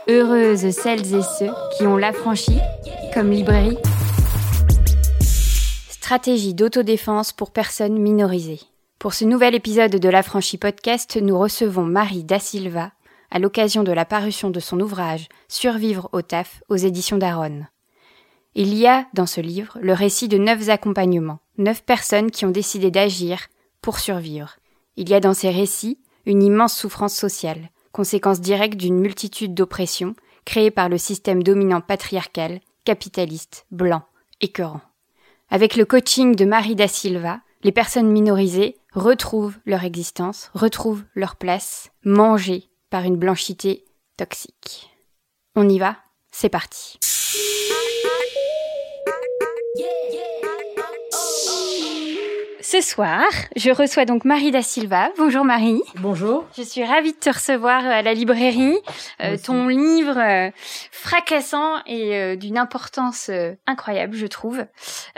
Heureuses celles et ceux qui ont l'affranchi comme librairie. Stratégie d'autodéfense pour personnes minorisées. Pour ce nouvel épisode de l'Affranchi Podcast, nous recevons Marie Da Silva à l'occasion de la parution de son ouvrage « Survivre au taf » aux éditions d'Aronne. Il y a, dans ce livre, le récit de 9 accompagnements, 9 personnes qui ont décidé d'agir pour survivre. Il y a dans ces récits une immense souffrance sociale, conséquence directe d'une multitude d'oppressions créées par le système dominant patriarcal, capitaliste, blanc, écœurant. Avec le coaching de Marie Da Silva, les personnes minorisées retrouvent leur existence, retrouvent leur place, mangées par une blanchité toxique. On y va, c'est parti. Ce soir, je reçois donc Marie Da Silva. Bonjour Marie. Bonjour. Je suis ravie de te recevoir à la librairie. Ton livre fracassant et d'une importance incroyable, je trouve.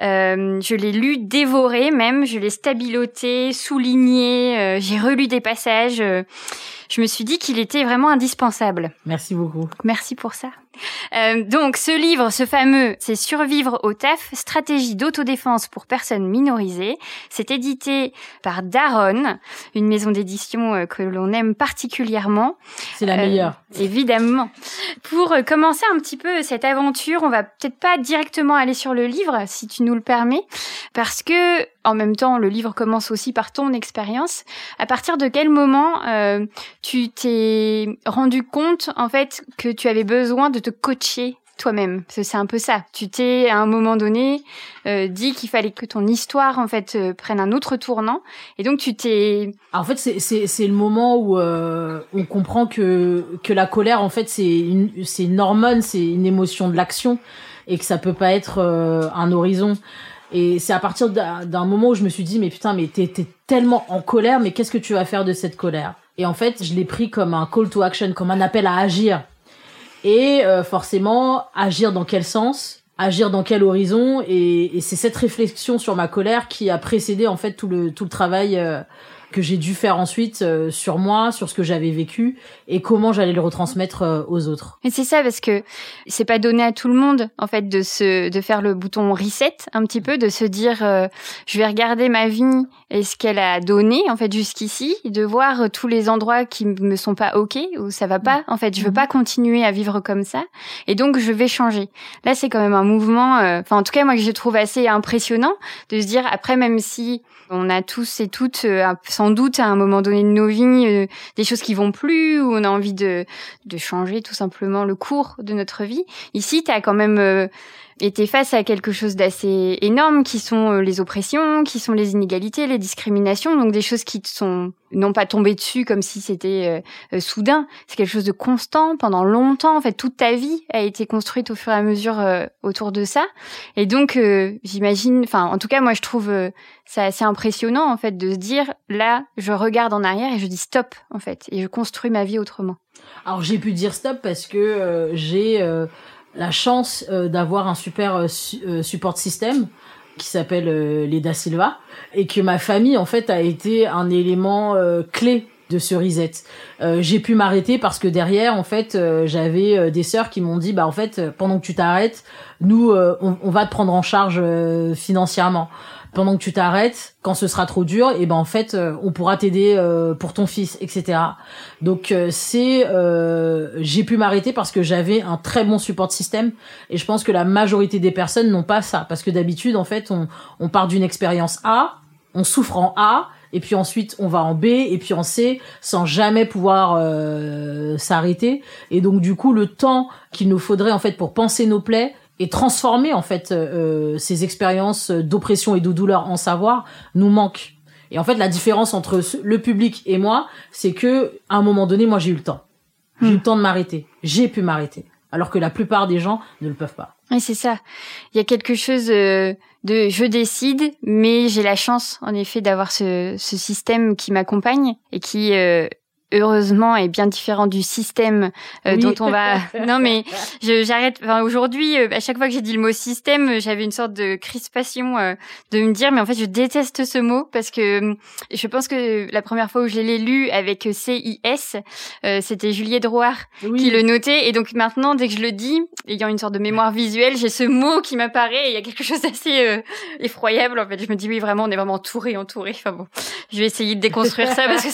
Je l'ai lu, dévoré même, je l'ai stabiloté, souligné, j'ai relu des passages. Je me suis dit qu'il était vraiment indispensable. Merci beaucoup. Merci pour ça. Donc, ce livre, ce fameux, c'est Survivre au taf, stratégie d'autodéfense pour personnes minorisées. C'est édité par Daronne, une maison d'édition que l'on aime particulièrement. C'est la meilleure. Évidemment. Pour commencer un petit peu cette aventure, on va peut-être pas directement aller sur le livre, si tu nous le permets, parce que, en même temps, le livre commence aussi par ton expérience. À partir de quel moment tu t'es rendu compte, en fait, que tu avais besoin de te coacher toi-même? Parce que c'est un peu ça. Tu t'es, à un moment donné, dit qu'il fallait que ton histoire, en fait, prenne un autre tournant. Et donc, tu t'es... En fait, c'est le moment où on comprend que la colère, en fait, c'est une hormone, c'est une émotion de l'action, et que ça peut pas être un horizon. Et c'est à partir d'un moment où je me suis dit, mais putain, mais t'es tellement en colère, mais qu'est-ce que tu vas faire de cette colère? Et en fait, je l'ai pris comme un call to action, comme un appel à agir. Et forcément, agir dans quel sens? Agir dans quel horizon? Et c'est cette réflexion sur ma colère qui a précédé en fait tout le travail que j'ai dû faire ensuite sur moi, sur ce que j'avais vécu et comment j'allais le retransmettre aux autres. Et c'est ça, parce que c'est pas donné à tout le monde en fait de faire le bouton reset un petit peu, de se dire je vais regarder ma vie et ce qu'elle a donné en fait jusqu'ici, de voir tous les endroits qui me sont pas OK, où ça va pas, en fait je veux pas continuer à vivre comme ça et donc je vais changer. Là c'est quand même un mouvement, en tout cas moi que je trouve assez impressionnant de se dire, après même si on a tous et toutes sans doute à un moment donné de nos vies des choses qui vont plus, ou on a envie de changer tout simplement le cours de notre vie. Ici, tu as quand même été face à quelque chose d'assez énorme qui sont les oppressions, qui sont les inégalités, les discriminations, donc des choses qui te sont non pas tombées dessus comme si c'était soudain, c'est quelque chose de constant pendant longtemps, en fait toute ta vie a été construite au fur et à mesure autour de ça. Et donc j'imagine, en tout cas moi je trouve ça assez impressionnant en fait de se dire, là je regarde en arrière et je dis stop en fait, et je construis ma vie autrement. Alors j'ai pu dire stop parce que j'ai la chance d'avoir un super support system qui s'appelle les Da Silva, et que ma famille en fait a été un élément clé de ce reset. J'ai pu m'arrêter parce que derrière en fait j'avais des sœurs qui m'ont dit, bah en fait pendant que tu t'arrêtes, nous on va te prendre en charge financièrement. Pendant que tu t'arrêtes, quand ce sera trop dur, et ben en fait on pourra t'aider pour ton fils, etc. Donc j'ai pu m'arrêter parce que j'avais un très bon support système, et je pense que la majorité des personnes n'ont pas ça, parce que d'habitude en fait on part d'une expérience A, on souffre en A, et puis ensuite on va en B et puis en C sans jamais pouvoir s'arrêter. Et donc du coup le temps qu'il nous faudrait en fait pour panser nos plaies et transformer en fait ces expériences d'oppression et de douleur en savoir nous manque. Et en fait la différence entre le public et moi, c'est que à un moment donné moi j'ai eu le temps. J'ai eu le temps de m'arrêter. J'ai pu m'arrêter. Alors que la plupart des gens ne le peuvent pas. Oui, c'est ça. Il y a quelque chose de je décide, mais j'ai la chance, en effet, d'avoir ce système qui m'accompagne et qui heureusement est bien différent du système dont on va. Non mais j'arrête. Enfin, aujourd'hui, à chaque fois que j'ai dit le mot système, j'avais une sorte de crispation de me dire mais en fait je déteste ce mot parce que je pense que la première fois où je l'ai lu avec CIS, c'était Juliette Drouard qui le notait et donc maintenant dès que je le dis, ayant une sorte de mémoire visuelle, j'ai ce mot qui m'apparaît et il y a quelque chose d'assez effroyable en fait. Je me dis oui vraiment on est vraiment entouré. Enfin bon, je vais essayer de déconstruire ça parce que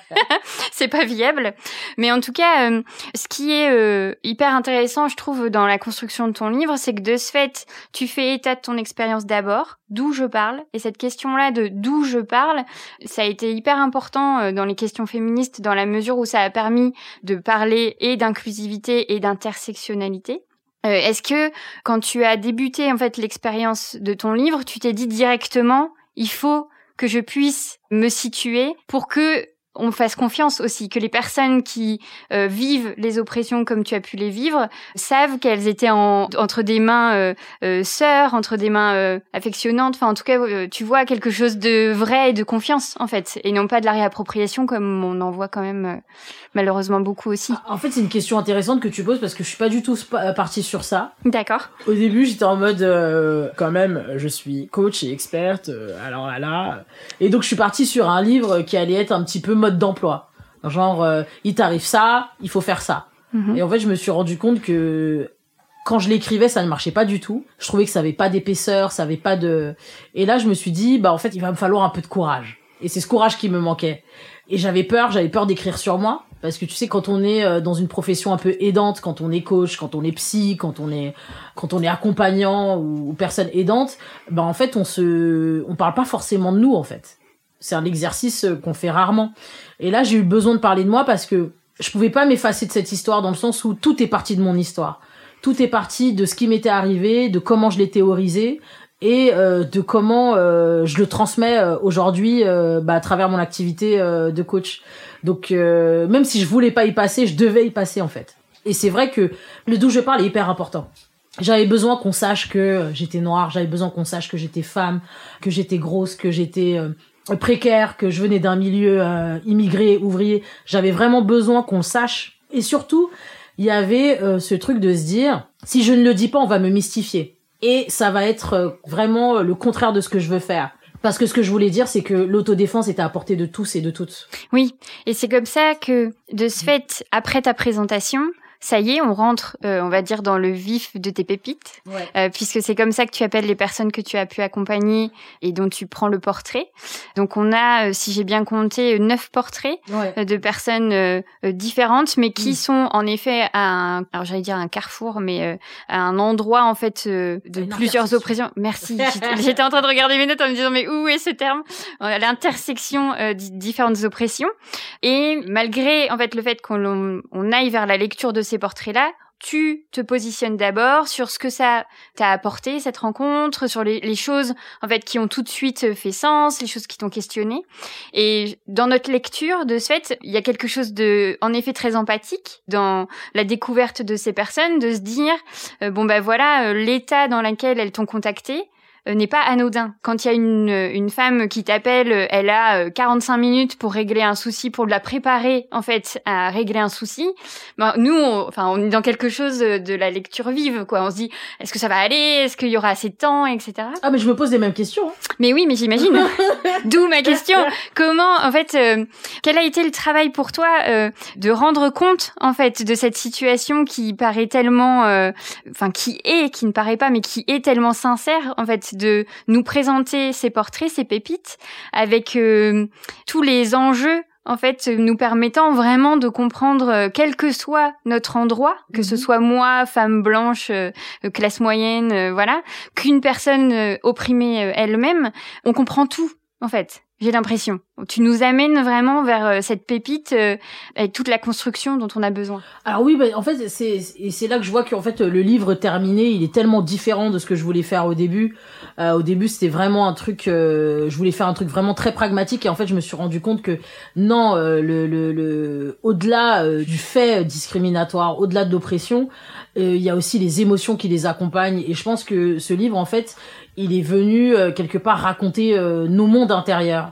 c'est pas viable. Mais en tout cas, ce qui est hyper intéressant, je trouve, dans la construction de ton livre, c'est que de ce fait, tu fais état de ton expérience d'abord, d'où je parle. Et cette question-là de d'où je parle, ça a été hyper important dans les questions féministes, dans la mesure où ça a permis de parler et d'inclusivité et d'intersectionnalité. Est-ce que, quand tu as débuté, en fait, l'expérience de ton livre, tu t'es dit directement, il faut que je puisse me situer pour que on fasse confiance aussi, que les personnes qui vivent les oppressions comme tu as pu les vivre savent qu'elles étaient entre des mains sœurs, entre des mains affectionnantes, enfin en tout cas tu vois quelque chose de vrai et de confiance en fait, et non pas de la réappropriation comme on en voit quand même malheureusement beaucoup aussi. En fait c'est une question intéressante que tu poses parce que je suis pas du tout partie sur ça. D'accord. Au début j'étais en mode quand même je suis coach et experte, alors là, et donc je suis partie sur un livre qui allait être un petit peu mode d'emploi, genre il t'arrive ça, il faut faire ça. Et en fait je me suis rendu compte que quand je l'écrivais ça ne marchait pas du tout, je trouvais que ça avait pas d'épaisseur, ça avait pas de, et là je me suis dit bah en fait il va me falloir un peu de courage, et c'est ce courage qui me manquait. Et j'avais peur d'écrire sur moi, parce que tu sais quand on est dans une profession un peu aidante, quand on est coach, quand on est psy, quand on est accompagnant ou personne aidante, bah en fait on parle pas forcément de nous en fait. C'est un exercice qu'on fait rarement. Et là, j'ai eu besoin de parler de moi parce que je pouvais pas m'effacer de cette histoire, dans le sens où tout est parti de mon histoire. Tout est parti de ce qui m'était arrivé, de comment je l'ai théorisé et de comment je le transmets aujourd'hui à travers mon activité de coach. Donc même si je voulais pas y passer, je devais y passer en fait. Et c'est vrai que le d'où je parle est hyper important. J'avais besoin qu'on sache que j'étais noire, j'avais besoin qu'on sache que j'étais femme, que j'étais grosse, que j'étais précaire, que je venais d'un milieu immigré, ouvrier. J'avais vraiment besoin qu'on le sache. Et surtout, il y avait ce truc de se dire, si je ne le dis pas, on va me mystifier. Et ça va être vraiment le contraire de ce que je veux faire. Parce que ce que je voulais dire, c'est que l'autodéfense était à portée de tous et de toutes. Oui, et c'est comme ça que, de ce fait, après ta présentation, ça y est, on rentre, on va dire, dans le vif de tes pépites, puisque c'est comme ça que tu appelles les personnes que tu as pu accompagner et dont tu prends le portrait. Donc on a, si j'ai bien compté, 9 portraits de personnes différentes, mais qui sont en effet à alors j'allais dire un carrefour, mais à un endroit en fait de plusieurs oppressions. Merci. J'étais en train de regarder mes notes en me disant mais où est ce terme ? À l'intersection différentes oppressions. Et malgré en fait le fait qu'on aille vers la lecture de ces portraits-là, tu te positionnes d'abord sur ce que ça t'a apporté, cette rencontre, sur les choses en fait qui ont tout de suite fait sens, les choses qui t'ont questionné. Et dans notre lecture, de ce fait, il y a quelque chose de, en effet, très empathique dans la découverte de ces personnes, de se dire, voilà, l'état dans lequel elles t'ont contacté n'est pas anodin. Quand il y a une femme qui t'appelle, elle a 45 minutes pour régler un souci, pour la préparer en fait à régler un souci. Nous, on est dans quelque chose de la lecture vive, quoi. On se dit, est-ce que ça va aller ? Est-ce qu'il y aura assez de temps, etc. Ah, mais je me pose les mêmes questions. Mais oui, mais j'imagine. D'où ma question. Comment, en fait, quel a été le travail pour toi de rendre compte, en fait, de cette situation qui paraît tellement, qui ne paraît pas, mais qui est tellement sincère, en fait, de nous présenter ces portraits, ces pépites, avec tous les enjeux, en fait, nous permettant vraiment de comprendre, quel que soit notre endroit, que ce soit moi, femme blanche, classe moyenne, qu'une personne opprimée elle-même, on comprend tout, en fait. J'ai l'impression. Tu nous amènes vraiment vers cette pépite avec toute la construction dont on a besoin. Alors oui, en fait, c'est là que je vois qu'en fait le livre terminé, il est tellement différent de ce que je voulais faire au début. Au début, c'était vraiment un truc, je voulais faire un truc vraiment très pragmatique, et en fait, je me suis rendu compte que non, au-delà du fait discriminatoire, au-delà de l'oppression, il y a aussi les émotions qui les accompagnent. Et je pense que ce livre, en fait, il est venu quelque part raconter nos mondes intérieurs.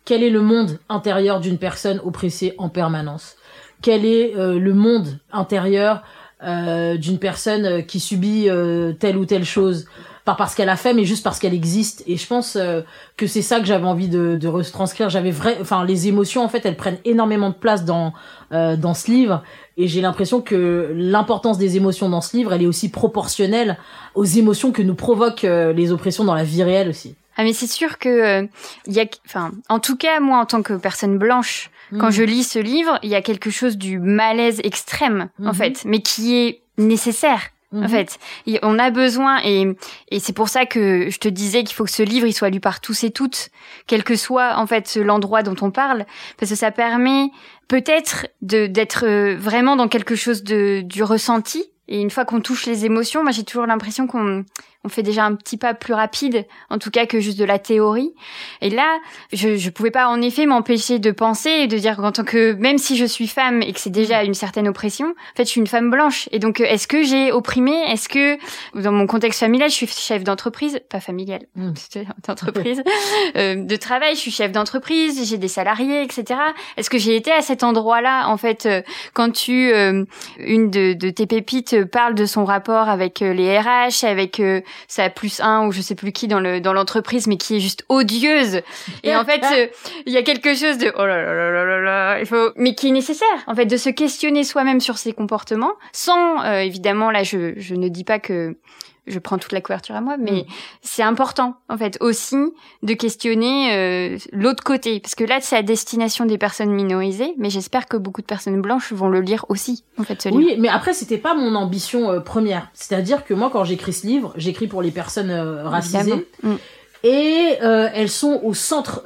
quel est le monde intérieur d'une personne oppressée en permanence? Quel est le monde intérieur d'une personne qui subit telle ou telle chose, pas parce qu'elle a fait, mais juste parce qu'elle existe. Et je pense que c'est ça que j'avais envie de retranscrire. Les émotions, en fait, elles prennent énormément de place dans ce livre. Et j'ai l'impression que l'importance des émotions dans ce livre, elle est aussi proportionnelle aux émotions que nous provoquent les oppressions dans la vie réelle aussi. Ah, mais c'est sûr que en tout cas, moi, en tant que personne blanche, quand je lis ce livre, il y a quelque chose du malaise extrême, en fait, mais qui est nécessaire. En fait, on a besoin, et c'est pour ça que je te disais qu'il faut que ce livre il soit lu par tous et toutes, quel que soit en fait l'endroit dont on parle, parce que ça permet peut-être d'être vraiment dans quelque chose du ressenti. Et une fois qu'on touche les émotions, moi j'ai toujours l'impression qu'on fait déjà un petit pas plus rapide, en tout cas que juste de la théorie. Et là, je pouvais pas en effet m'empêcher de penser et de dire qu'en tant que, même si je suis femme et que c'est déjà une certaine oppression, en fait je suis une femme blanche. Et donc est-ce que j'ai opprimé? Est-ce que dans mon contexte familial, je suis chef d'entreprise, pas familial, d'entreprise, de travail, je suis chef d'entreprise, j'ai des salariés, etc. Est-ce que j'ai été à cet endroit-là en fait quand une de tes pépites parle de son rapport avec les RH, avec sa +1 ou je sais plus qui dans l'entreprise, mais qui est juste odieuse. Et en fait, il y a quelque chose de oh là là là là là, mais qui est nécessaire en fait de se questionner soi-même sur ses comportements, sans évidemment là je ne dis pas que je prends toute la couverture à moi, mais c'est important, en fait, aussi de questionner l'autre côté. Parce que là, c'est à destination des personnes minorisées, mais j'espère que beaucoup de personnes blanches vont le lire aussi, en fait, ce livre. Oui, mais après, c'était pas mon ambition première. C'est-à-dire que moi, quand j'écris ce livre, j'écris pour les personnes racisées. Et elles sont au centre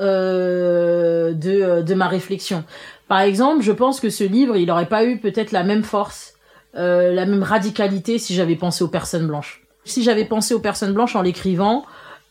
de ma réflexion. Par exemple, je pense que ce livre, il aurait pas eu peut-être la même force, la même radicalité si j'avais pensé aux personnes blanches. Si j'avais pensé aux personnes blanches en l'écrivant,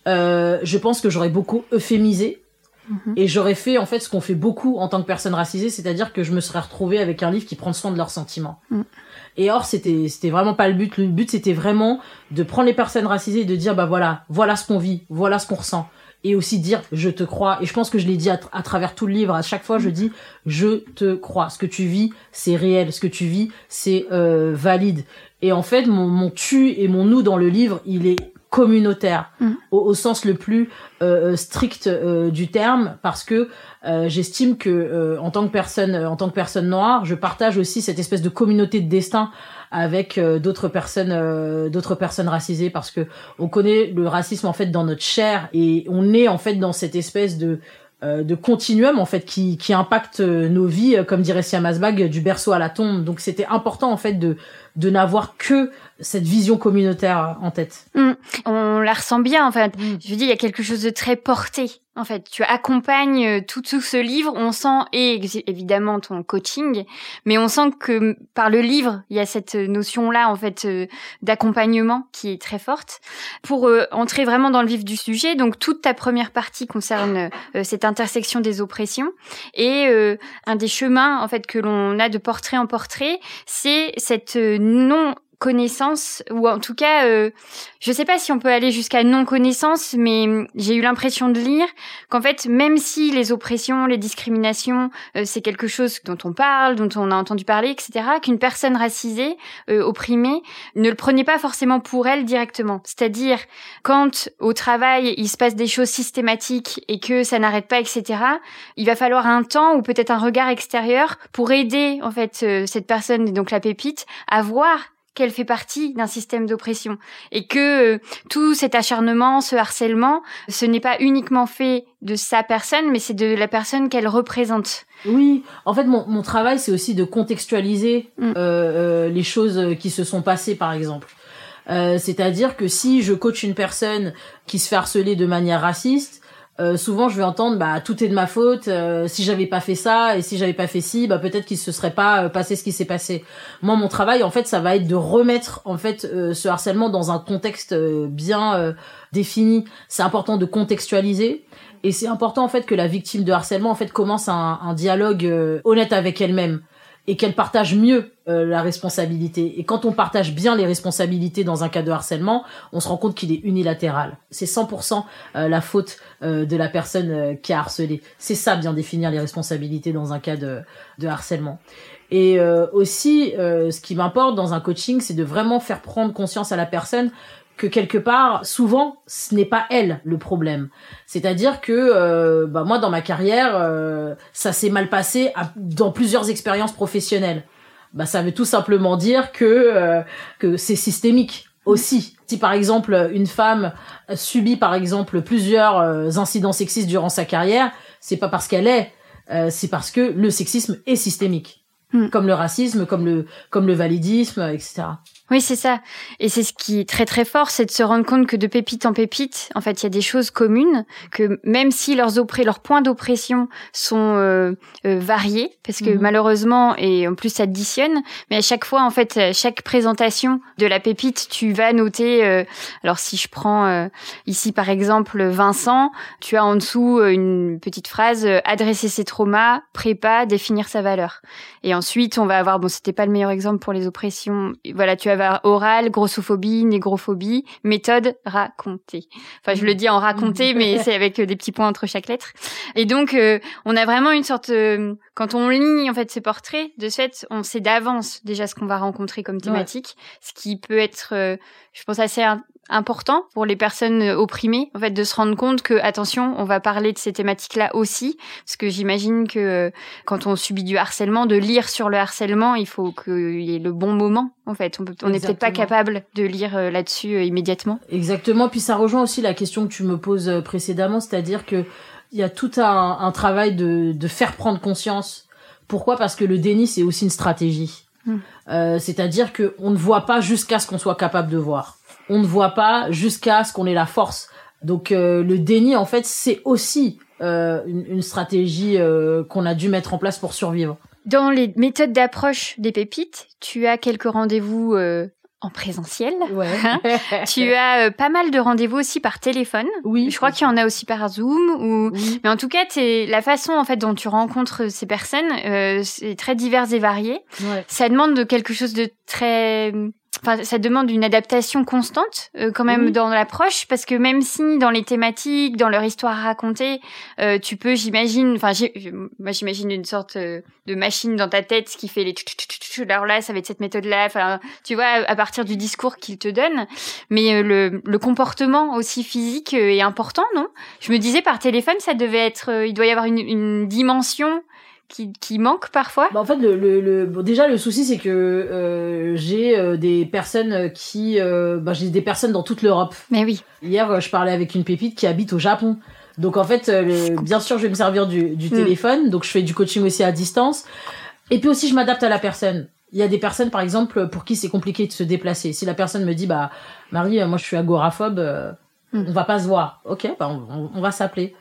je pense que j'aurais beaucoup euphémisé et j'aurais fait en fait ce qu'on fait beaucoup en tant que personne racisée, c'est-à-dire que je me serais retrouvée avec un livre qui prend soin de leurs sentiments. Et or c'était vraiment pas le but. Le but c'était vraiment de prendre les personnes racisées et de dire bah voilà ce qu'on vit, voilà ce qu'on ressent. Et aussi dire je te crois. Et je pense que je l'ai dit à travers tout le livre. À chaque fois je dis je te crois. Ce que tu vis c'est réel. Ce que tu vis c'est valide. Et en fait mon tu et mon nous dans le livre il est communautaire au sens le plus strict du terme, parce que j'estime que en tant que personne noire, je partage aussi cette espèce de communauté de destin avec d'autres personnes racisées, parce que on connaît le racisme en fait dans notre chair et on est en fait dans cette espèce de continuum en fait qui impacte nos vies, comme dirait Siam Asbag, du berceau à la tombe. Donc c'était important en fait de n'avoir que cette vision communautaire en tête. On la ressent bien en fait. Je veux dire, il y a quelque chose de très porté. En fait, tu accompagnes tout ce livre, on sent, et évidemment ton coaching, mais on sent que par le livre, il y a cette notion-là, en fait, d'accompagnement qui est très forte. Pour entrer vraiment dans le vif du sujet, donc toute ta première partie concerne cette intersection des oppressions, et un des chemins, en fait, que l'on a de portrait en portrait, c'est cette non-connaissance, ou en tout cas, je sais pas si on peut aller jusqu'à non-connaissance, mais j'ai eu l'impression de lire qu'en fait, même si les oppressions, les discriminations, c'est quelque chose dont on parle, dont on a entendu parler, etc., qu'une personne racisée, opprimée, ne le prenait pas forcément pour elle directement. C'est-à-dire, quand au travail, il se passe des choses systématiques et que ça n'arrête pas, etc., il va falloir un temps ou peut-être un regard extérieur pour aider, en fait, cette personne, donc la pépite, à voir qu'elle fait partie d'un système d'oppression et que tout cet acharnement, ce harcèlement, ce n'est pas uniquement fait de sa personne, mais c'est de la personne qu'elle représente. Oui, en fait, mon travail, c'est aussi de contextualiser les choses qui se sont passées, par exemple. C'est-à-dire que si je coach une personne qui se fait harceler de manière raciste, souvent je vais entendre bah tout est de ma faute, si j'avais pas fait ça et si j'avais pas fait ci, bah peut-être qu'il se serait pas passé ce qui s'est passé. Moi mon travail en fait ça va être de remettre en fait ce harcèlement dans un contexte bien défini. C'est important de contextualiser et c'est important en fait que la victime de harcèlement en fait commence un dialogue honnête avec elle-même et qu'elle partage mieux la responsabilité. Et quand on partage bien les responsabilités dans un cas de harcèlement, on se rend compte qu'il est unilatéral. C'est 100% la faute de la personne qui a harcelé. C'est ça, bien définir les responsabilités dans un cas de harcèlement. Et aussi, ce qui m'importe dans un coaching, c'est de vraiment faire prendre conscience à la personne que quelque part, souvent, ce n'est pas elle le problème. C'est-à-dire que moi, dans ma carrière, ça s'est mal passé dans plusieurs expériences professionnelles. Ça veut tout simplement dire que c'est systémique aussi. Si par exemple une femme subit par exemple plusieurs incidents sexistes durant sa carrière, c'est pas parce qu'elle est, c'est parce que le sexisme est systémique. Comme le racisme, comme le validisme, etc. Oui, c'est ça. Et c'est ce qui est très très fort, c'est de se rendre compte que de pépite en pépite, en fait, il y a des choses communes, que même si leurs points d'oppression sont variés, parce que malheureusement, et en plus ça additionne, mais à chaque fois, en fait, chaque présentation de la pépite, tu vas noter, alors si je prends ici par exemple Vincent, tu as en dessous une petite phrase, adresser ses traumas, prépa, définir sa valeur. Et ensuite, on va avoir, c'était pas le meilleur exemple pour les oppressions, voilà, tu vas oral, grossophobie, négrophobie, méthode, raconter. Enfin, je le dis en raconter, mais c'est avec des petits points entre chaque lettre. Et donc, on a vraiment une sorte... quand on lit, en fait, ces portraits, de ce fait, on sait d'avance déjà ce qu'on va rencontrer comme thématique, ce qui peut être, je pense, assez important pour les personnes opprimées, en fait, de se rendre compte que, attention, on va parler de ces thématiques-là aussi, parce que j'imagine que quand on subit du harcèlement, de lire sur le harcèlement, il faut qu'il y ait le bon moment, en fait. On n'est peut-être pas capable de lire là-dessus immédiatement. Exactement. Puis ça rejoint aussi la question que tu me poses précédemment, c'est-à-dire que il y a tout un travail de faire prendre conscience. Pourquoi ? Parce que le déni, c'est aussi une stratégie. C'est-à-dire que on ne voit pas jusqu'à ce qu'on soit capable de voir. On ne voit pas jusqu'à ce qu'on ait la force. Donc le déni, en fait, c'est aussi une stratégie qu'on a dû mettre en place pour survivre. Dans les méthodes d'approche des pépites, tu as quelques rendez-vous en présentiel. Ouais. Tu as pas mal de rendez-vous aussi par téléphone. Oui. Je crois qu'il y en a aussi par Zoom. Oui. Mais en tout cas, la façon en fait dont tu rencontres ces personnes, c'est très divers et varié. Ouais. Ça demande de quelque chose de très... Enfin, ça demande une adaptation constante quand même dans l'approche, parce que même si dans les thématiques, dans leur histoire à raconter, tu peux, j'imagine, moi j'imagine une sorte de machine dans ta tête qui fait les alors là ça va être cette méthode-là, enfin tu vois, à partir du discours qu'ils te donnent, mais le comportement aussi physique est important, non ? Je me disais par téléphone ça devait être, il doit y avoir une dimension qui manque parfois. En fait, déjà le souci c'est que j'ai des personnes j'ai des personnes dans toute l'Europe. Mais oui. Hier, je parlais avec une pépite qui habite au Japon. Donc en fait, bien sûr, je vais me servir du téléphone. Donc je fais du coaching aussi à distance. Et puis aussi, je m'adapte à la personne. Il y a des personnes, par exemple, pour qui c'est compliqué de se déplacer. Si la personne me dit, Marie, moi je suis agoraphobe, on va pas se voir. Ok, on va s'appeler.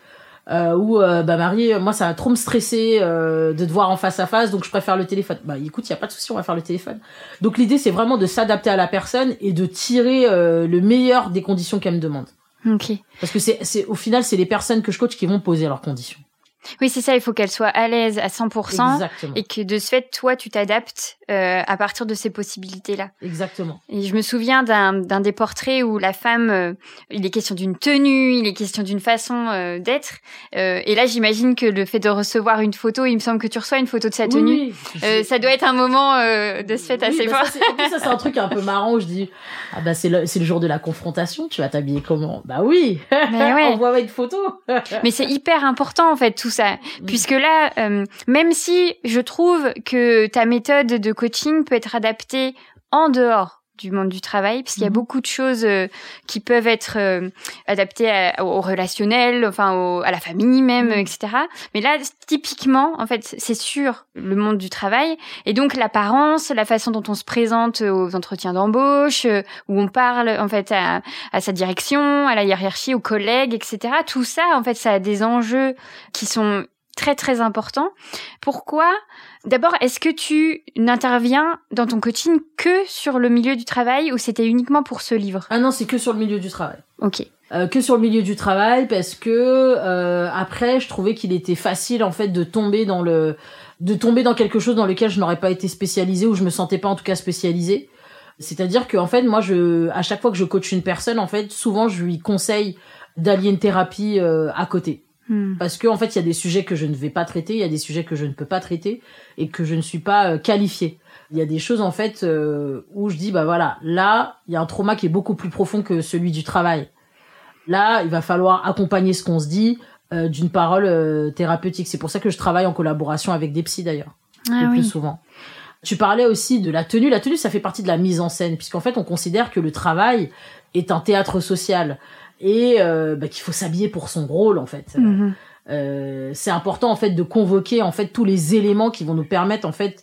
Marie, moi ça va trop me stresser de te voir en face à face, donc je préfère le téléphone. Écoute, il y a pas de souci, on va faire le téléphone. Donc l'idée c'est vraiment de s'adapter à la personne et de tirer le meilleur des conditions qu'elle me demande. Ok. Parce que c'est au final c'est les personnes que je coach qui vont poser leurs conditions. Oui, c'est ça, il faut qu'elle soit à l'aise à 100%. Exactement. Et que de ce fait, toi, tu t'adaptes à partir de ces possibilités-là. Exactement. Et je me souviens d'un des portraits où la femme, il est question d'une tenue, il est question d'une façon d'être. Et là, j'imagine que le fait de recevoir une photo, il me semble que tu reçois une photo de sa tenue. Oui. Ça doit être un moment de ce fait assez fort. Ça, c'est un truc un peu marrant où je dis, c'est le jour de la confrontation, tu vas t'habiller comment ? Oui. Ouais. Envoie-moi une photo. Mais c'est hyper important, en fait, tout ça. Puisque là, même si je trouve que ta méthode de coaching peut être adaptée en dehors du monde du travail, parce qu'il y a beaucoup de choses qui peuvent être adaptées au relationnel, à la famille même, etc. Mais là, typiquement, en fait, c'est sur le monde du travail, et donc l'apparence, la façon dont on se présente aux entretiens d'embauche, où on parle en fait à sa direction, à la hiérarchie, aux collègues, etc. Tout ça, en fait, ça a des enjeux qui sont très très importants. Pourquoi ? D'abord, est-ce que tu n'interviens dans ton coaching que sur le milieu du travail ou c'était uniquement pour ce livre ? Ah non, c'est que sur le milieu du travail. Ok. Que sur le milieu du travail, parce que après je trouvais qu'il était facile en fait de tomber dans quelque chose dans lequel je n'aurais pas été spécialisée, ou je me sentais pas en tout cas spécialisée. C'est-à-dire que en fait moi à chaque fois que je coach une personne, en fait souvent je lui conseille d'allier une thérapie à côté. Parce que en fait il y a des sujets que je ne vais pas traiter, il y a des sujets que je ne peux pas traiter et que je ne suis pas qualifiée. Il y a des choses en fait où je dis bah voilà, là il y a un trauma qui est beaucoup plus profond que celui du travail. Là, il va falloir accompagner ce qu'on se dit d'une parole thérapeutique. C'est pour ça que je travaille en collaboration avec des psys d'ailleurs, le plus souvent. Tu parlais aussi de la tenue. La tenue, ça fait partie de la mise en scène, puisqu'en fait, on considère que le travail est un théâtre social et qu'il faut s'habiller pour son rôle en fait. C'est important en fait de convoquer en fait tous les éléments qui vont nous permettre en fait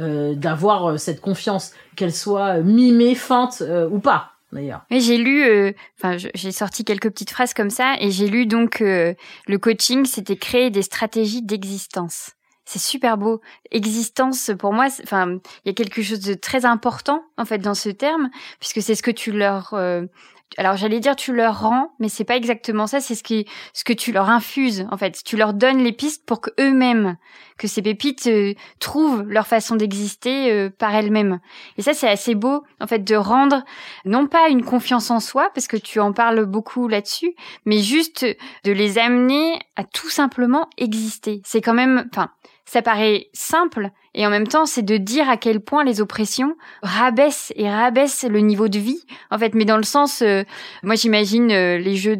d'avoir cette confiance, qu'elle soit mimée, feinte ou pas. D'ailleurs. Et j'ai lu, j'ai sorti quelques petites phrases comme ça, et j'ai lu donc le coaching, c'était créer des stratégies d'existence. C'est super beau. Existence, pour moi, il y a quelque chose de très important en fait dans ce terme, puisque c'est ce que tu leur alors j'allais dire tu leur rends, mais c'est pas exactement ça, c'est ce que tu leur infuses en fait. Tu leur donnes les pistes pour que eux-mêmes, que ces pépites trouvent leur façon d'exister par elles-mêmes. Et ça c'est assez beau en fait de rendre non pas une confiance en soi, parce que tu en parles beaucoup là-dessus, mais juste de les amener à tout simplement exister. C'est quand même, ça paraît simple, et en même temps, c'est de dire à quel point les oppressions rabaissent le niveau de vie, en fait. Mais dans le sens, moi j'imagine les jeux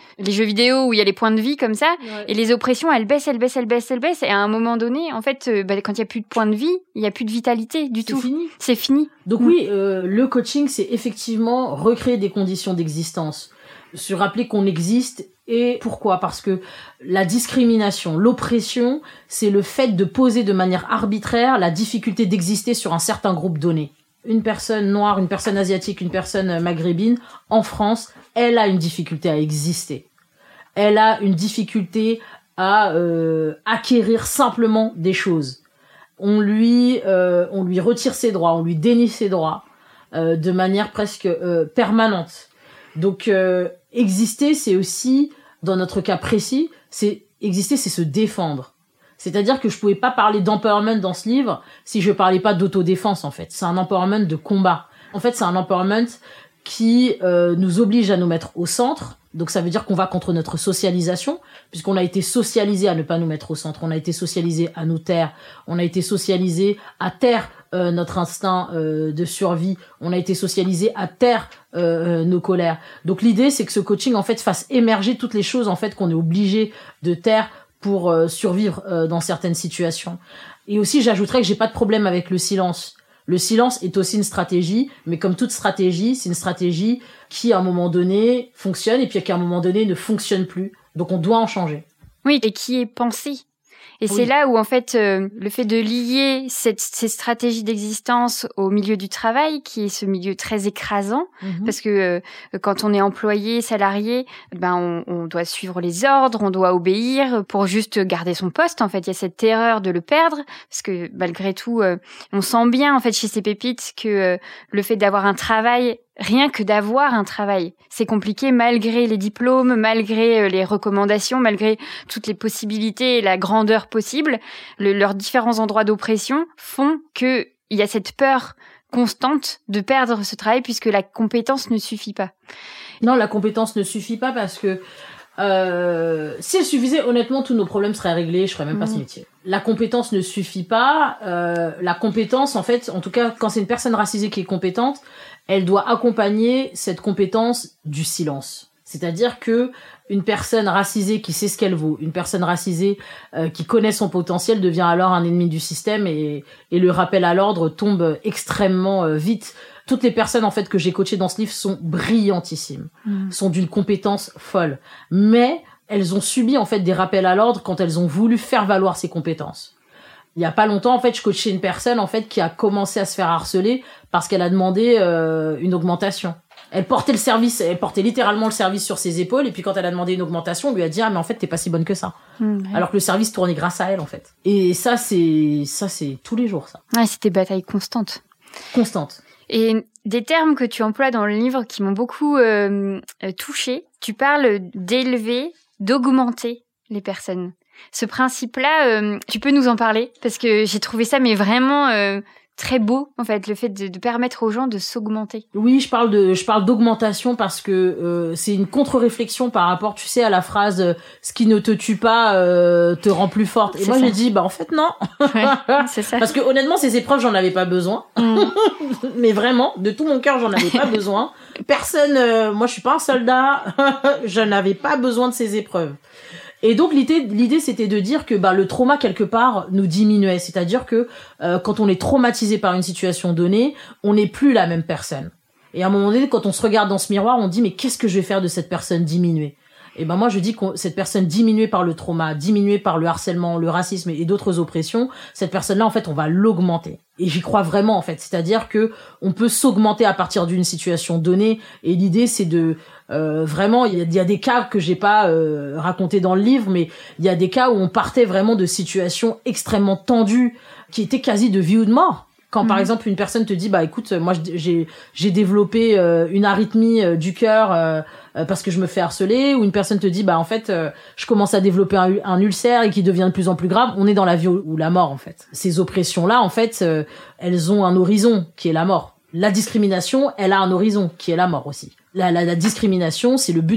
vidéo où il y a les points de vie comme ça, et les oppressions, elles baissent, et à un moment donné, en fait, quand il y a plus de points de vie, il y a plus de vitalité du tout. C'est fini. Donc oui, le coaching, c'est effectivement recréer des conditions d'existence, se rappeler qu'on existe. Et pourquoi ? Parce que la discrimination, l'oppression, c'est le fait de poser de manière arbitraire la difficulté d'exister sur un certain groupe donné. Une personne noire, une personne asiatique, une personne maghrébine, en France, elle a une difficulté à exister. Elle a une difficulté à acquérir simplement des choses. On lui retire ses droits, on lui dénie ses droits de manière presque permanente. Donc exister, c'est aussi, dans notre cas précis, c'est se défendre. C'est-à-dire que je pouvais pas parler d'empowerment dans ce livre si je parlais pas d'autodéfense en fait. C'est un empowerment de combat. En fait, c'est un empowerment qui nous oblige à nous mettre au centre. Donc ça veut dire qu'on va contre notre socialisation, puisqu'on a été socialisé à ne pas nous mettre au centre. On a été socialisé à nous taire. On a été socialisé à taire notre instinct de survie. On a été socialisé à taire nos colères. Donc l'idée, c'est que ce coaching en fait fasse émerger toutes les choses en fait qu'on est obligé de taire pour survivre dans certaines situations. Et aussi, j'ajouterais que j'ai pas de problème avec le silence. Le silence est aussi une stratégie, mais comme toute stratégie, c'est une stratégie qui, à un moment donné, fonctionne et puis qui, à un moment donné, ne fonctionne plus. Donc, on doit en changer. Oui, et qui est pensée. Et c'est là où, en fait, le fait de lier ces stratégies d'existence au milieu du travail, qui est ce milieu très écrasant, parce que quand on est employé, salarié, on doit suivre les ordres, on doit obéir pour juste garder son poste. En fait, il y a cette terreur de le perdre, parce que malgré tout, on sent bien, en fait, chez ces pépites, que le fait d'avoir un travail, rien que d'avoir un travail, c'est compliqué malgré les diplômes, malgré les recommandations, malgré toutes les possibilités et la grandeur possible. Leurs différents endroits d'oppression font qu'il y a cette peur constante de perdre ce travail puisque la compétence ne suffit pas. Non, la compétence ne suffit pas parce que si elle suffisait, honnêtement, tous nos problèmes seraient réglés, je ferais même pas ce métier. La compétence ne suffit pas. La compétence, en fait, en tout cas, quand c'est une personne racisée qui est compétente, elle doit accompagner cette compétence du silence. C'est-à-dire que une personne racisée qui sait ce qu'elle vaut, une personne racisée qui connaît son potentiel devient alors un ennemi du système et le rappel à l'ordre tombe extrêmement vite. Toutes les personnes en fait que j'ai coachées dans ce livre sont brillantissimes, sont d'une compétence folle, mais elles ont subi en fait des rappels à l'ordre quand elles ont voulu faire valoir ces compétences. Il y a pas longtemps en fait, je coachais une personne en fait qui a commencé à se faire harceler parce qu'elle a demandé une augmentation. Elle portait littéralement le service sur ses épaules et puis quand elle a demandé une augmentation, on lui a dit mais en fait t'es pas si bonne que ça. Alors que le service tournait grâce à elle en fait. Et ça c'est tous les jours ça. Ouais, c'était bataille constante. Constante. Et des termes que tu emploies dans le livre qui m'ont beaucoup touchée. Tu parles d'élever, d'augmenter les personnes. Ce principe-là, tu peux nous en parler? Parce que j'ai trouvé ça mais vraiment très beau, en fait, le fait de permettre aux gens de s'augmenter. Oui, je parle d'augmentation parce que c'est une contre-réflexion par rapport, tu sais, à la phrase ce qui ne te tue pas te rend plus forte. Et moi, j'ai dit en fait non. Ouais, c'est ça. Parce que honnêtement, ces épreuves, j'en avais pas besoin. Mais vraiment, de tout mon cœur, j'en avais pas besoin. Personne, moi, je suis pas un soldat. Je n'avais pas besoin de ces épreuves. Et donc l'idée c'était de dire que le trauma quelque part nous diminuait, c'est-à-dire que quand on est traumatisé par une situation donnée, on n'est plus la même personne. Et à un moment donné, quand on se regarde dans ce miroir, on dit mais qu'est-ce que je vais faire de cette personne diminuée? Et moi je dis que cette personne diminuée par le trauma, diminuée par le harcèlement, le racisme et d'autres oppressions, cette personne-là en fait on va l'augmenter. Et j'y crois vraiment en fait, c'est-à-dire que on peut s'augmenter à partir d'une situation donnée. Et l'idée c'est de vraiment, il y a des cas que j'ai pas racontés dans le livre, mais il y a des cas où on partait vraiment de situations extrêmement tendues, qui étaient quasi de vie ou de mort. Quand par exemple une personne te dit écoute, moi j'ai développé une arythmie du cœur parce que je me fais harceler, ou une personne te dit en fait je commence à développer un ulcère et qui devient de plus en plus grave, on est dans la vie ou la mort en fait. Ces oppressions là en fait elles ont un horizon qui est la mort. La discrimination, elle a un horizon qui est la mort aussi. La discrimination, c'est le but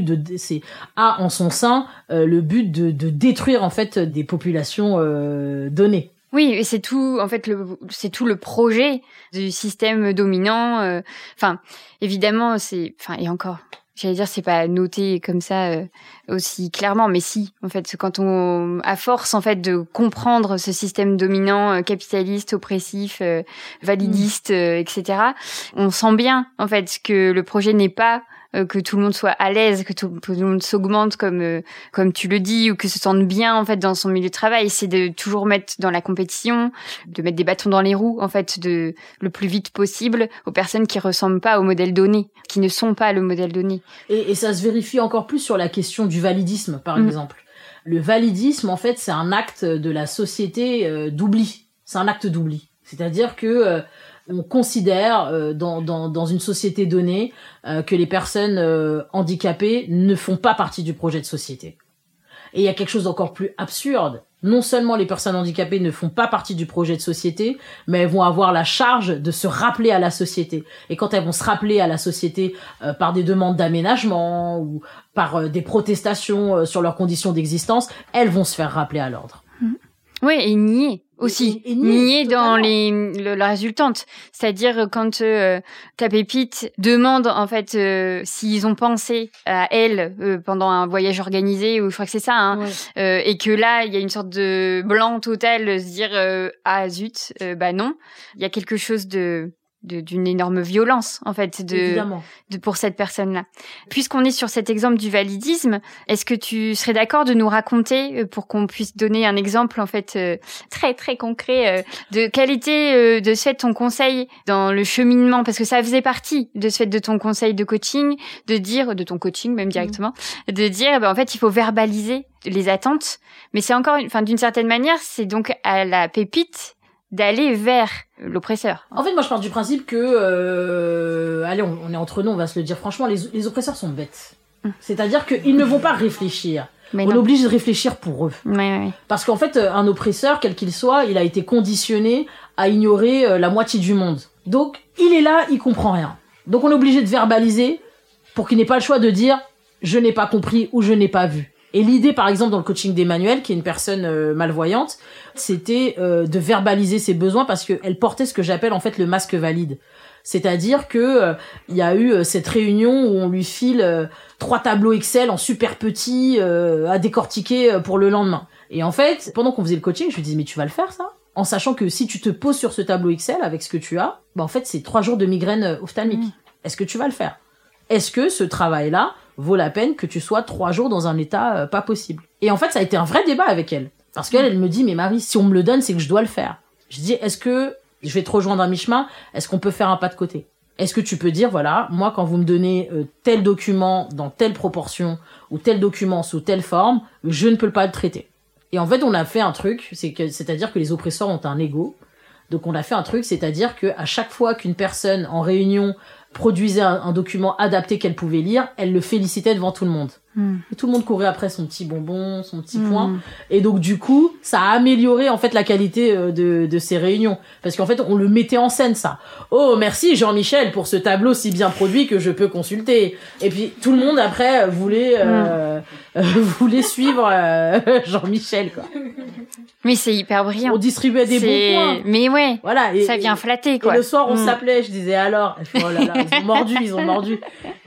a en son sein le but de détruire en fait des populations données. Oui, et c'est tout, en fait, c'est tout le projet du système dominant. Enfin, évidemment, et encore, j'allais dire, c'est pas noté comme ça aussi clairement, mais si, en fait, quand à force, en fait, de comprendre ce système dominant, capitaliste, oppressif, validiste, etc., on sent bien, en fait, que le projet n'est pas que tout le monde soit à l'aise, que tout le monde s'augmente comme tu le dis, ou que se sente bien en fait dans son milieu de travail. C'est de toujours mettre dans la compétition, de mettre des bâtons dans les roues en fait le plus vite possible aux personnes qui ressemblent pas au modèle donné, qui ne sont pas le modèle donné. Et ça se vérifie encore plus sur la question du validisme par exemple. Le validisme en fait c'est un acte de la société d'oubli. C'est un acte d'oubli. C'est-à-dire que on considère dans une société donnée que les personnes handicapées ne font pas partie du projet de société. Et il y a quelque chose d'encore plus absurde. Non seulement les personnes handicapées ne font pas partie du projet de société, mais elles vont avoir la charge de se rappeler à la société. Et quand elles vont se rappeler à la société par des demandes d'aménagement ou par des protestations sur leurs conditions d'existence, elles vont se faire rappeler à l'ordre. Oui, et nier aussi. Et nier dans la résultante. C'est-à-dire quand ta pépite demande en fait s'ils ont pensé à elle pendant un voyage organisé, ou je crois que c'est ça, et que là il y a une sorte de blanc total de se dire ah zut, non. Il y a quelque chose d'une énorme violence en fait pour cette personne-là. Puisqu'on est sur cet exemple du validisme, est-ce que tu serais d'accord de nous raconter pour qu'on puisse donner un exemple en fait très très concret de quel était de ce fait ton conseil dans le cheminement, parce que ça faisait partie de ce fait de ton conseil de coaching, de ton coaching même directement, de dire en fait il faut verbaliser les attentes, mais c'est encore d'une certaine manière c'est donc à la pépite d'aller vers l'oppresseur. En fait, moi, je pars du principe que, allez, on est entre nous, on va se le dire franchement, les oppresseurs sont bêtes. C'est-à-dire qu'ils ne vont pas réfléchir. On oblige de réfléchir pour eux. Ouais. Parce qu'en fait, un oppresseur, quel qu'il soit, il a été conditionné à ignorer la moitié du monde. Donc, il est là, il comprend rien. Donc, on est obligé de verbaliser pour qu'il n'ait pas le choix de dire « je n'ai pas compris » ou « je n'ai pas vu ». Et l'idée, par exemple, dans le coaching d'Emmanuelle, qui est une personne malvoyante, c'était de verbaliser ses besoins parce qu'elle portait ce que j'appelle en fait le masque valide. C'est-à-dire que il y a eu cette réunion où on lui file 3 tableaux Excel en super petit à décortiquer pour le lendemain. Et en fait, pendant qu'on faisait le coaching, je lui disais mais tu vas le faire ça ? En sachant que si tu te poses sur ce tableau Excel avec ce que tu as, en fait c'est 3 jours de migraine ophtalmique. Est-ce que tu vas le faire ? Est-ce que ce travail-là vaut la peine que tu sois 3 jours dans un état pas possible? Et en fait, ça a été un vrai débat avec elle. Parce qu'elle, elle me dit, mais Marie, si on me le donne, c'est que je dois le faire. Je dis, est-ce que je vais te rejoindre à mi-chemin? Est-ce qu'on peut faire un pas de côté? Est-ce que tu peux dire, voilà, moi, quand vous me donnez tel document dans telle proportion, ou tel document sous telle forme, je ne peux pas le traiter. Et en fait, on a fait un truc, c'est-à-dire que les oppresseurs ont un ego. Donc on a fait un truc, c'est-à-dire que à chaque fois qu'une personne en réunion produisait un document adapté qu'elle pouvait lire, elle le félicitait devant tout le monde. Et tout le monde courait après son petit bonbon, son petit point. Et donc, du coup, ça a amélioré, en fait, la qualité de ces réunions. Parce qu'en fait, on le mettait en scène, ça. Oh, merci Jean-Michel pour ce tableau si bien produit que je peux consulter. Et puis, tout le monde, après, voulait suivre Jean-Michel, quoi. Mais c'est hyper brillant. On distribuait des bons points. Mais ouais. Voilà. Ça vient flatter, quoi. Et le soir, on s'appelait, je disais alors. Elle fait, oh là là, ils ont mordu.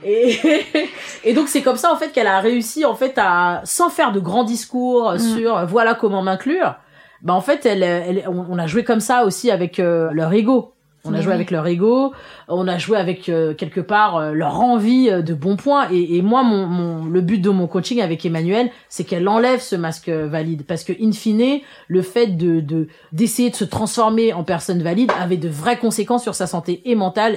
Et donc, c'est comme ça, en fait, qu'elle a réussi, en fait, à, sans faire de grands discours sur voilà comment m'inclure. Bah, en fait, on a joué comme ça aussi avec leur ego. On a joué avec leur ego, on a joué avec quelque part leur envie de bons points. Et moi, le but de mon coaching avec Emmanuelle, c'est qu'elle enlève ce masque valide, parce que in fine, le fait d'essayer de se transformer en personne valide avait de vraies conséquences sur sa santé et mentale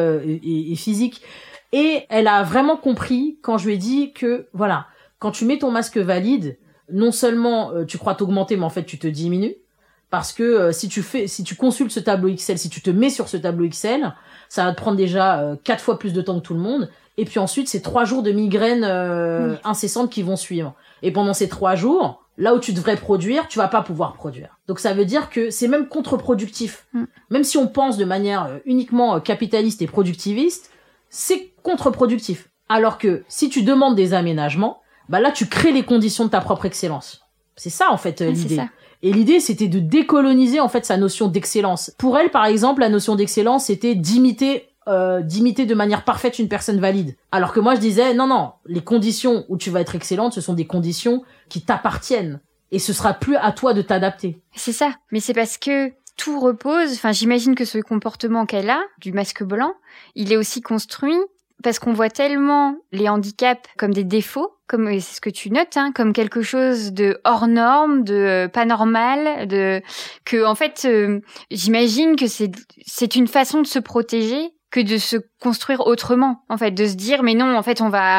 et physique. Et elle a vraiment compris quand je lui ai dit que voilà, quand tu mets ton masque valide, non seulement tu crois t'augmenter, mais en fait tu te diminues. Parce que si tu consultes ce tableau Excel, si tu te mets sur ce tableau Excel, ça va te prendre déjà 4 fois plus de temps que tout le monde. Et puis ensuite, c'est 3 jours de migraines incessantes qui vont suivre. Et pendant ces 3 jours, là où tu devrais produire, tu vas pas pouvoir produire. Donc ça veut dire que c'est même contre-productif. Même si on pense de manière uniquement capitaliste et productiviste, c'est contre-productif. Alors que si tu demandes des aménagements, bah là, tu crées les conditions de ta propre excellence. C'est ça, en fait, l'idée. Et l'idée, c'était de décoloniser, en fait, sa notion d'excellence. Pour elle, par exemple, la notion d'excellence, c'était d'imiter de manière parfaite une personne valide. Alors que moi, je disais, non, les conditions où tu vas être excellente, ce sont des conditions qui t'appartiennent. Et ce sera plus à toi de t'adapter. C'est ça. Mais c'est parce que tout repose, enfin, j'imagine que ce comportement qu'elle a, du masque blanc, il est aussi construit parce qu'on voit tellement les handicaps comme des défauts, comme c'est ce que tu notes, hein, comme quelque chose de hors norme, de pas normal, que en fait, j'imagine que c'est une façon de se protéger que de se construire autrement, en fait, de se dire mais non, en fait,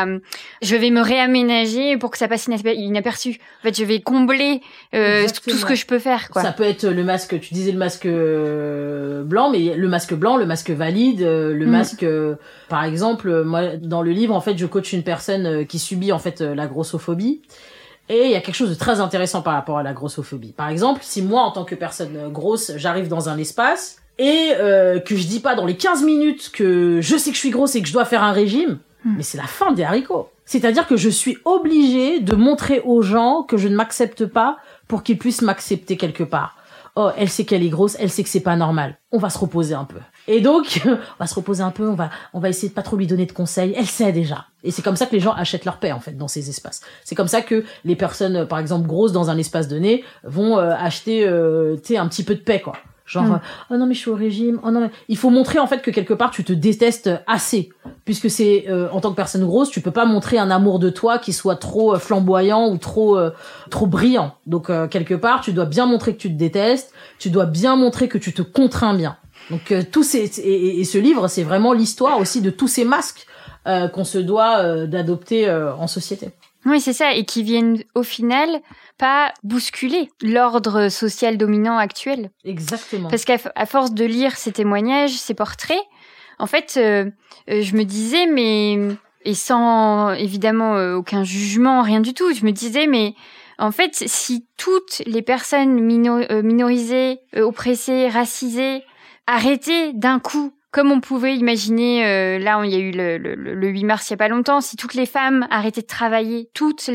je vais me réaménager pour que ça passe inaperçu. En fait, je vais combler tout ce que je peux faire, quoi. Ça peut être le masque, tu disais le masque blanc, mais le masque blanc, le masque valide, le masque par exemple, moi dans le livre en fait, je coach une personne qui subit en fait la grossophobie. Et il y a quelque chose de très intéressant par rapport à la grossophobie. Par exemple, si moi en tant que personne grosse, j'arrive dans un espace et que je dis pas dans les 15 minutes que je sais que je suis grosse et que je dois faire un régime, mais c'est la fin des haricots. C'est-à-dire que je suis obligée de montrer aux gens que je ne m'accepte pas pour qu'ils puissent m'accepter quelque part. Oh, elle sait qu'elle est grosse, elle sait que c'est pas normal. On va se reposer un peu. Et donc, on va se reposer un peu, on va essayer de pas trop lui donner de conseils. Elle sait déjà. Et c'est comme ça que les gens achètent leur paix, en fait, dans ces espaces. C'est comme ça que les personnes, par exemple, grosses dans un espace donné, vont acheter, un petit peu de paix, quoi. Genre, oh non mais je suis au régime, oh non mais... Il faut montrer en fait que quelque part tu te détestes assez, puisque c'est en tant que personne grosse, tu peux pas montrer un amour de toi qui soit trop flamboyant ou trop brillant. Donc quelque part tu dois bien montrer que tu te détestes, tu dois bien montrer que tu te contrains bien. Donc et ce livre c'est vraiment l'histoire aussi de tous ces masques qu'on se doit d'adopter en société. Oui, c'est ça, et qui viennent au final pas bousculer l'ordre social dominant actuel. Exactement. Parce qu'à force de lire ces témoignages, ces portraits, en fait, je me disais, mais et sans évidemment aucun jugement, rien du tout, je me disais, mais en fait, si toutes les personnes minorisées, oppressées, racisées, arrêtaient d'un coup, comme on pouvait imaginer, là, il y a eu le 8 mars il y a pas longtemps, si toutes les femmes arrêtaient de travailler,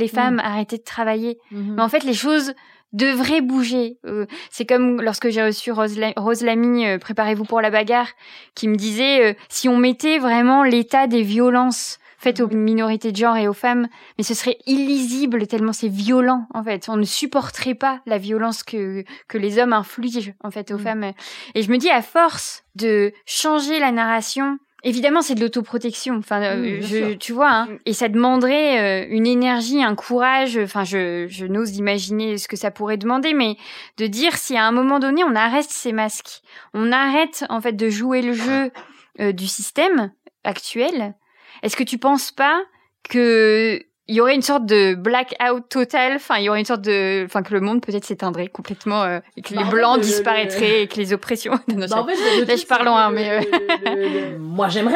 mais en fait, les choses devraient bouger. C'est comme lorsque j'ai reçu Rose Lamy, Préparez-vous pour la bagarre, qui me disait, si on mettait vraiment l'état des violences faites aux minorités de genre et aux femmes, mais ce serait illisible tellement c'est violent, en fait. On ne supporterait pas la violence que les hommes infligent, en fait, aux femmes. Et je me dis, à force de changer la narration, évidemment, c'est de l'autoprotection. Enfin, tu vois, hein. Et ça demanderait une énergie, un courage. Enfin, je n'ose imaginer ce que ça pourrait demander, mais de dire si à un moment donné, on arrête ces masques, on arrête, en fait, de jouer le jeu du système actuel. Est-ce que tu penses pas que il y aurait une sorte de blackout total, enfin il y aurait une sorte de, enfin que le monde peut-être s'éteindrait complètement et que les blancs disparaîtraient et que les oppressions. Non, là je parle loin, mais moi j'aimerais,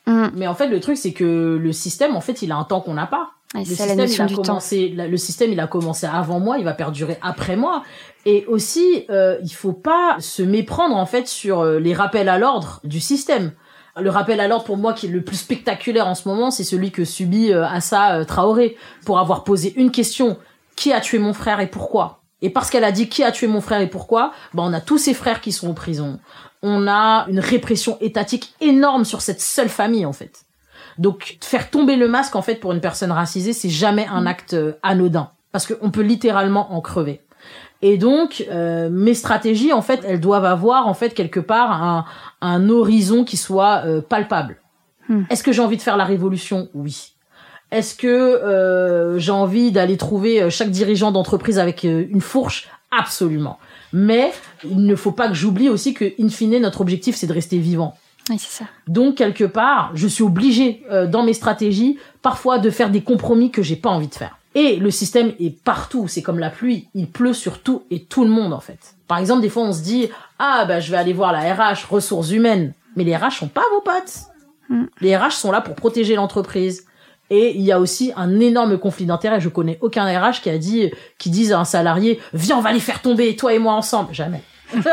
Mais en fait, le truc, c'est que le système, en fait, il a un temps qu'on n'a pas. Et c'est la notion du temps. Le système, il a commencé avant moi, il va perdurer après moi. Et aussi, il faut pas se méprendre, en fait, sur les rappels à l'ordre du système. Le rappel à l'ordre, pour moi, qui est le plus spectaculaire en ce moment, c'est celui que subit Assa Traoré, pour avoir posé une question: qui a tué mon frère et pourquoi? Et parce qu'elle a dit qui a tué mon frère et pourquoi, on a tous ses frères qui sont en prison. On a une répression étatique énorme sur cette seule famille, en fait. Donc, faire tomber le masque, en fait, pour une personne racisée, c'est jamais un acte anodin. Parce qu'on peut littéralement en crever. Et donc, mes stratégies, en fait, elles doivent avoir, en fait, quelque part, un horizon qui soit palpable. Est-ce que j'ai envie de faire la révolution? Oui. Est-ce que j'ai envie d'aller trouver chaque dirigeant d'entreprise avec une fourche? Absolument. Mais il ne faut pas que j'oublie aussi que, in fine, notre objectif, c'est de rester vivant. Oui, c'est ça. Donc, quelque part, je suis obligée, dans mes stratégies, parfois de faire des compromis que j'ai pas envie de faire. Et le système est partout. C'est comme la pluie. Il pleut sur tout et tout le monde, en fait. Par exemple, des fois, on se dit, je vais aller voir la RH, ressources humaines. Mais les RH sont pas vos potes. Les RH sont là pour protéger l'entreprise. Et il y a aussi un énorme conflit d'intérêts. Je connais aucun RH qui dise à un salarié, viens, on va les faire tomber, toi et moi ensemble. Jamais.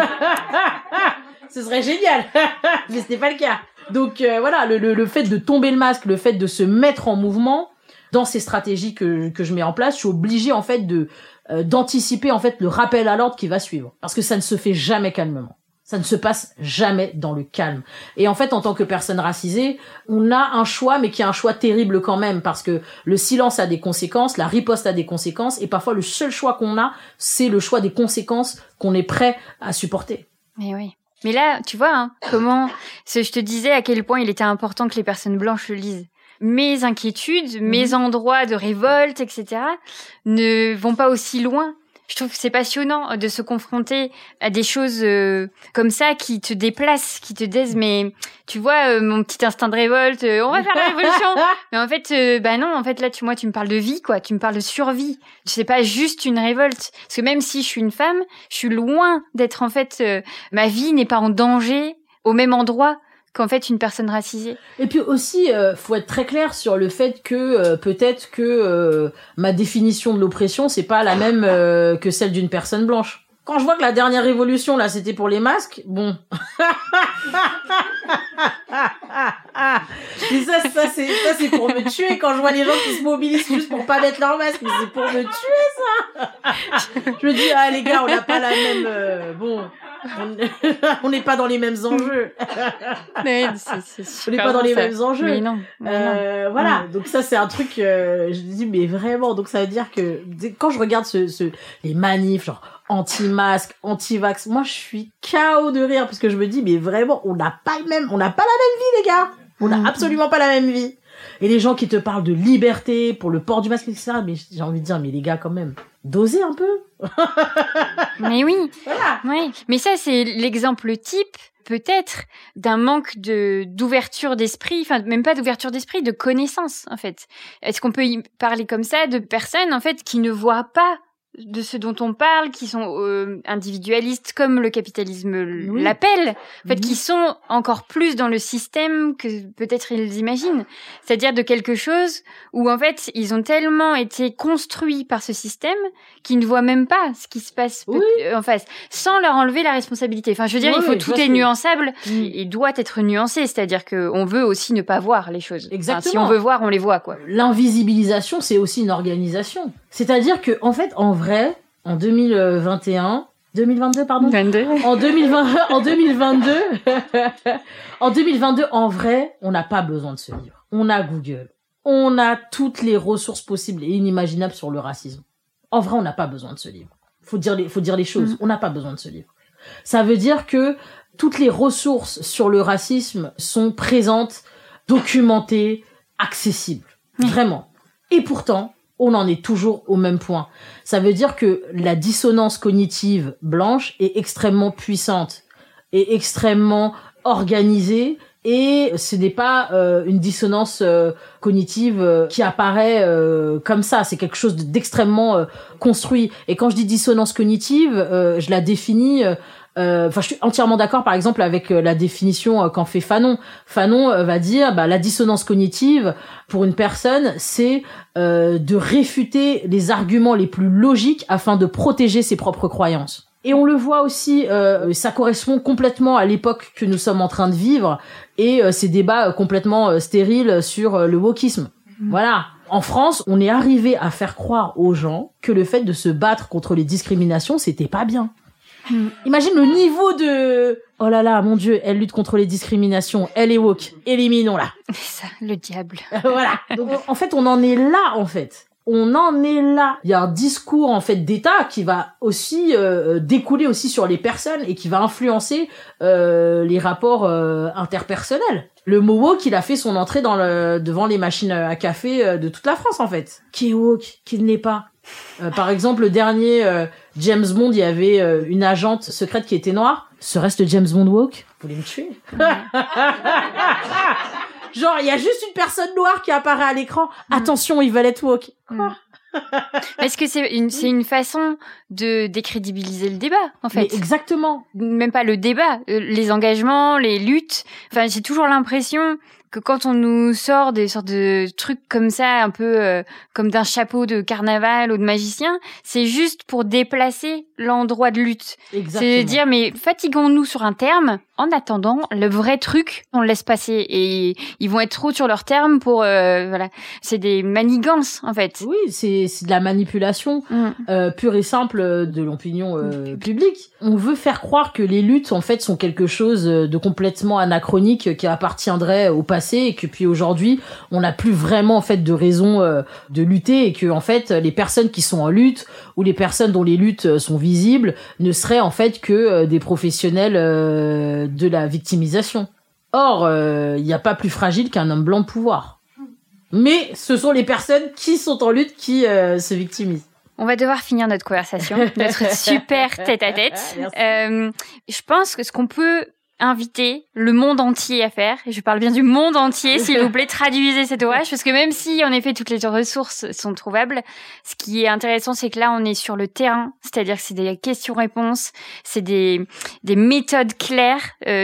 Ce serait génial. Mais ce n'est pas le cas. Donc, voilà, le fait de tomber le masque, le fait de se mettre en mouvement, dans ces stratégies que je mets en place, je suis obligée, en fait, d'anticiper, en fait, le rappel à l'ordre qui va suivre. Parce que ça ne se fait jamais calmement. Ça ne se passe jamais dans le calme. Et en fait, en tant que personne racisée, on a un choix, mais qui est un choix terrible quand même, parce que le silence a des conséquences, la riposte a des conséquences, et parfois le seul choix qu'on a, c'est le choix des conséquences qu'on est prêt à supporter. Mais oui. Mais là, tu vois, je te disais à quel point il était important que les personnes blanches le lisent. Mes inquiétudes, mes endroits de révolte, etc., ne vont pas aussi loin. Je trouve que c'est passionnant de se confronter à des choses comme ça qui te déplacent, qui te disent mais tu vois mon petit instinct de révolte, on va faire la révolution. Mais en fait non, en fait là tu me parles de vie quoi, tu me parles de survie. C'est pas juste une révolte parce que même si je suis une femme, je suis loin d'être en fait ma vie n'est pas en danger au même endroit qu'en fait une personne racisée. Et puis aussi, faut être très clair sur le fait que peut-être que ma définition de l'oppression, c'est pas la même que celle d'une personne blanche. Quand je vois que la dernière révolution, là, c'était pour les masques, bon. Et ça, c'est pour me tuer quand je vois les gens qui se mobilisent juste pour pas mettre leur masque. Mais c'est pour me tuer, ça. Je me dis, les gars, on n'a pas la même, on n'est pas dans les mêmes enjeux. Mais on n'est pas dans les mêmes enjeux. Mais non. Voilà. Donc ça, c'est un truc, je dis, mais vraiment. Donc ça veut dire que quand je regarde les manifs, genre, anti-masque, anti-vax, moi, je suis KO de rire parce que je me dis, mais vraiment, on n'a pas la même vie, les gars. On n'a absolument pas la même vie. Et les gens qui te parlent de liberté pour le port du masque, etc. Mais j'ai envie de dire, mais les gars, quand même, dosez un peu. Mais oui. Voilà. Oui. Mais ça, c'est l'exemple type, peut-être, d'un manque d'ouverture d'esprit, enfin, même pas d'ouverture d'esprit, de connaissance, en fait. Est-ce qu'on peut y parler comme ça de personnes, en fait, qui ne voient pas de ce dont on parle, qui sont individualistes comme le capitalisme l'appelle, en fait, qui sont encore plus dans le système que peut-être ils imaginent. C'est-à-dire de quelque chose où, en fait, ils ont tellement été construits par ce système qu'ils ne voient même pas ce qui se passe en face, sans leur enlever la responsabilité. Enfin, je veux dire, tout est nuançable et doit être nuancé. C'est-à-dire qu'on veut aussi ne pas voir les choses. Exactement. Enfin, si on veut voir, on les voit, quoi. L'invisibilisation, c'est aussi une organisation. C'est-à-dire que, en fait, en vrai, en 2022, pardon. 22. En 2022, en vrai, on n'a pas besoin de ce livre. On a Google. On a toutes les ressources possibles et inimaginables sur le racisme. En vrai, on n'a pas besoin de ce livre. Faut dire les choses. On n'a pas besoin de ce livre. Ça veut dire que toutes les ressources sur le racisme sont présentes, documentées, accessibles. Vraiment. Et pourtant, on en est toujours au même point. Ça veut dire que la dissonance cognitive blanche est extrêmement puissante et extrêmement organisée, et ce n'est pas une dissonance cognitive qui apparaît comme ça. C'est quelque chose d'extrêmement construit. Et quand je dis dissonance cognitive, je la définis je suis entièrement d'accord, par exemple, avec la définition qu'en fait Fanon. Fanon va dire, la dissonance cognitive, pour une personne, c'est de réfuter les arguments les plus logiques afin de protéger ses propres croyances. Et on le voit aussi, ça correspond complètement à l'époque que nous sommes en train de vivre et ces débats complètement stériles sur le wokisme. Voilà. En France, on est arrivé à faire croire aux gens que le fait de se battre contre les discriminations, c'était pas bien. Imagine le niveau de... Oh là là, mon Dieu, elle lutte contre les discriminations, elle est woke, éliminons-la. C'est ça, le diable. Voilà. Donc, en fait, on en est là, en fait. On en est là. Il y a un discours, en fait, d'État qui va aussi découler aussi sur les personnes et qui va influencer les rapports interpersonnels. Le mot woke, il a fait son entrée devant les machines à café de toute la France, en fait. Qui est woke, qui ne l'est pas. Par exemple, le dernier James Bond, il y avait une agente secrète qui était noire. Serait-ce le James Bond woke? Vous voulez me tuer? Genre, il y a juste une personne noire qui apparaît à l'écran. Attention, ils veulent être woke. Quoi? Est-ce que c'est une façon de décrédibiliser le débat, en fait? Mais exactement. Même pas le débat, les engagements, les luttes. Enfin, j'ai toujours l'impression que quand on nous sort des sortes de trucs comme ça, un peu comme d'un chapeau de carnaval ou de magicien, c'est juste pour déplacer l'endroit de lutte. Exactement. C'est dire, mais fatigons-nous sur un terme. En attendant, le vrai truc, on le laisse passer. Et ils vont être trop sur leur terme pour... voilà. C'est des manigances, en fait. Oui, c'est de la manipulation pure et simple de l'opinion publique. On veut faire croire que les luttes, en fait, sont quelque chose de complètement anachronique qui appartiendrait au passé et que puis aujourd'hui, on n'a plus vraiment, en fait, de raison de lutter et que, en fait, les personnes qui sont en lutte ou les personnes dont les luttes sont visibles ne seraient, en fait, que des professionnels de la victimisation. Or, il n'y a pas plus fragile qu'un homme blanc de pouvoir. Mais ce sont les personnes qui sont en lutte qui se victimisent. On va devoir finir notre conversation, notre super tête-à-tête. Je pense que ce qu'on peut inviter le monde entier à faire, et je parle bien du monde entier, s'il vous plaît, traduisez cet ouvrage, parce que même si, en effet, toutes les ressources sont trouvables, ce qui est intéressant, c'est que là, on est sur le terrain, c'est-à-dire que c'est des questions-réponses, c'est des méthodes claires.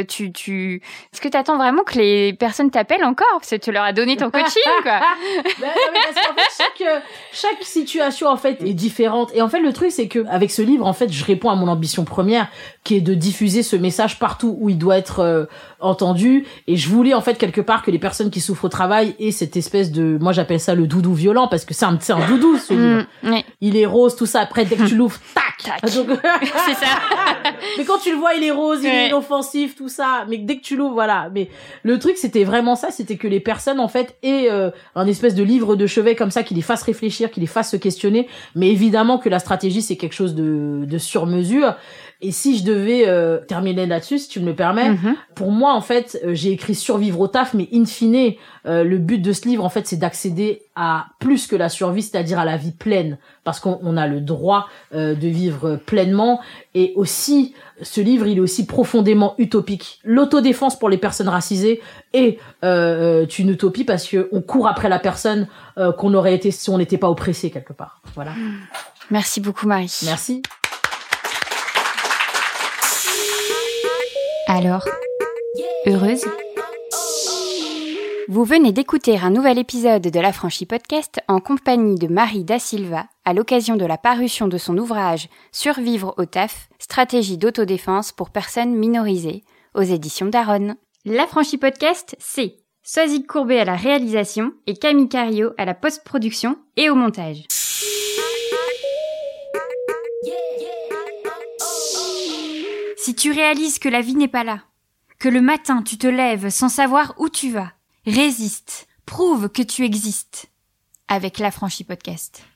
Est-ce que t'attends vraiment que les personnes t'appellent encore? Parce que tu leur as donné ton coaching, quoi. Non, mais parce qu'en fait, chaque situation, en fait, est différente. Et en fait, le truc, c'est que, avec ce livre, en fait, je réponds à mon ambition première, qui est de diffuser ce message partout où il doit être entendu. Et je voulais, en fait, quelque part, que les personnes qui souffrent au travail aient cette espèce de, moi, j'appelle ça le doudou violent, parce que c'est un doudou, ce livre. Oui. Il est rose, tout ça. Après, dès que tu l'ouvres, tac! Donc... c'est ça. Mais quand tu le vois, il est rose, il est inoffensif, tout ça. Mais dès que tu l'ouvres, voilà. Mais le truc, c'était vraiment ça, c'était que les personnes, en fait, aient un espèce de livre de chevet comme ça, qui les fasse réfléchir, qui les fasse se questionner. Mais évidemment que la stratégie, c'est quelque chose de sur mesure. Et si je devais terminer là-dessus, si tu me le permets, pour moi, en fait, j'ai écrit Survivre au taf, mais in fine, le but de ce livre, en fait, c'est d'accéder à plus que la survie, c'est-à-dire à la vie pleine, parce qu'on a le droit de vivre pleinement. Et aussi, ce livre, il est aussi profondément utopique. L'autodéfense pour les personnes racisées est une utopie parce que on court après la personne qu'on aurait été si on n'était pas oppressé quelque part. Voilà. Merci beaucoup, Marie. Merci. Alors, heureuse? Vous venez d'écouter un nouvel épisode de l'Affranchi Podcast en compagnie de Marie Da Silva à l'occasion de la parution de son ouvrage Survivre au taf, stratégie d'autodéfense pour personnes minorisées aux éditions d'Aron. L'Affranchi Podcast, c'est Soazic Courbet à la réalisation et Camille Cario à la post-production et au montage. Si tu réalises que la vie n'est pas là, que le matin tu te lèves sans savoir où tu vas, résiste, prouve que tu existes avec l'Affranchi Podcast.